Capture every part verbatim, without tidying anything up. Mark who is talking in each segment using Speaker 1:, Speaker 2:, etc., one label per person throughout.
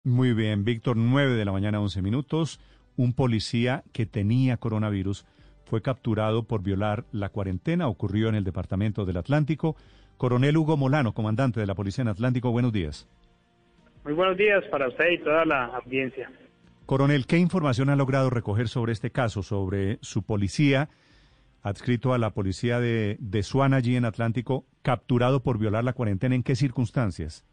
Speaker 1: Muy bien, Víctor, nueve de la mañana, once minutos. Un policía que tenía coronavirus fue capturado por violar la cuarentena. Ocurrió en el departamento del Atlántico. Coronel Hugo Molano, comandante de la Policía en Atlántico, buenos días.
Speaker 2: Muy buenos días para usted y toda la audiencia.
Speaker 1: Coronel, ¿qué información ha logrado recoger sobre este caso, sobre su policía, adscrito a la policía de, de Suana allí en Atlántico, capturado por violar la cuarentena? ¿En qué circunstancias?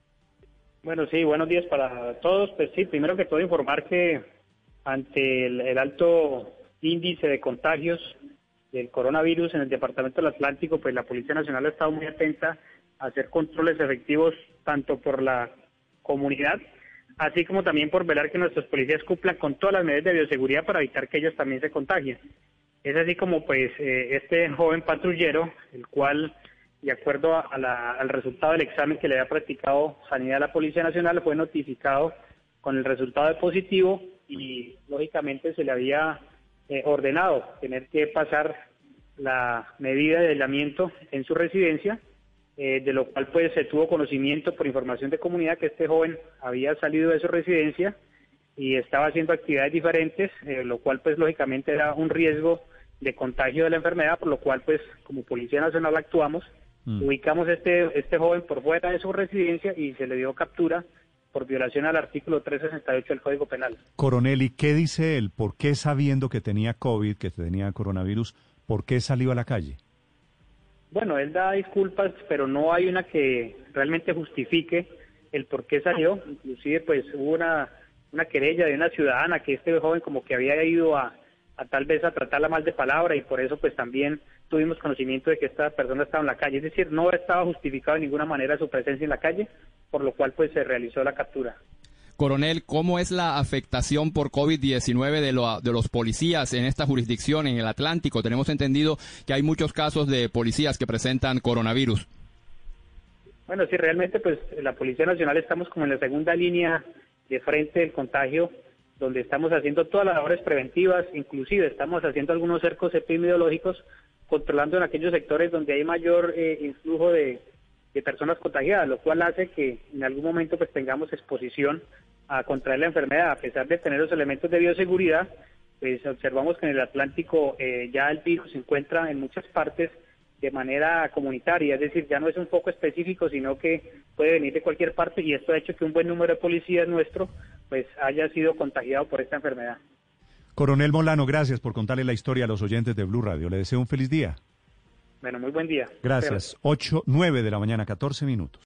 Speaker 2: Bueno, sí, buenos días para todos. Pues sí, primero que todo informar que ante el, el alto índice de contagios del coronavirus en el departamento del Atlántico, pues la Policía Nacional ha estado muy atenta a hacer controles efectivos tanto por la comunidad, así como también por velar que nuestros policías cumplan con todas las medidas de bioseguridad para evitar que ellos también se contagien. Es así como pues eh, este joven patrullero, el cual, de acuerdo a la, al resultado del examen que le había practicado Sanidad a la Policía Nacional, fue notificado con el resultado de positivo y lógicamente se le había eh, ordenado tener que pasar la medida de aislamiento en su residencia, eh, de lo cual pues se tuvo conocimiento por información de comunidad que este joven había salido de su residencia y estaba haciendo actividades diferentes, eh, lo cual pues lógicamente era un riesgo de contagio de la enfermedad, por lo cual pues como Policía Nacional actuamos, mm. ubicamos este este joven por fuera de su residencia y se le dio captura por violación al artículo trescientos sesenta y ocho del Código Penal.
Speaker 1: Coronel, ¿y qué dice él? ¿Por qué, sabiendo que tenía COVID, que tenía coronavirus, por qué salió a la calle?
Speaker 2: Bueno, él da disculpas, pero no hay una que realmente justifique el por qué salió. Inclusive pues hubo una, una querella de una ciudadana que este joven como que había ido a, a tal vez a tratarla mal de palabra y por eso pues también tuvimos conocimiento de que esta persona estaba en la calle. Es decir, no estaba justificado de ninguna manera su presencia en la calle, por lo cual pues se realizó la captura.
Speaker 3: Coronel, ¿cómo es la afectación por COVID diecinueve de, lo, de los policías en esta jurisdicción, en el Atlántico? Tenemos entendido que hay muchos casos de policías que presentan coronavirus.
Speaker 2: Bueno, sí, realmente pues la Policía Nacional estamos como en la segunda línea de frente del contagio, donde estamos haciendo todas las labores preventivas, inclusive estamos haciendo algunos cercos epidemiológicos, controlando en aquellos sectores donde hay mayor eh, influjo de, de personas contagiadas, lo cual hace que en algún momento pues tengamos exposición a contraer la enfermedad. A pesar de tener los elementos de bioseguridad, pues observamos que en el Atlántico eh, ya el virus se encuentra en muchas partes de manera comunitaria, es decir, ya no es un foco específico, sino que puede venir de cualquier parte y esto ha hecho que un buen número de policías nuestro pues haya sido contagiado por esta enfermedad.
Speaker 1: Coronel Molano, gracias por contarle la historia a los oyentes de Blue Radio. Le deseo un feliz día.
Speaker 2: Bueno, muy buen día.
Speaker 1: Gracias. ocho, nueve de la mañana, catorce minutos.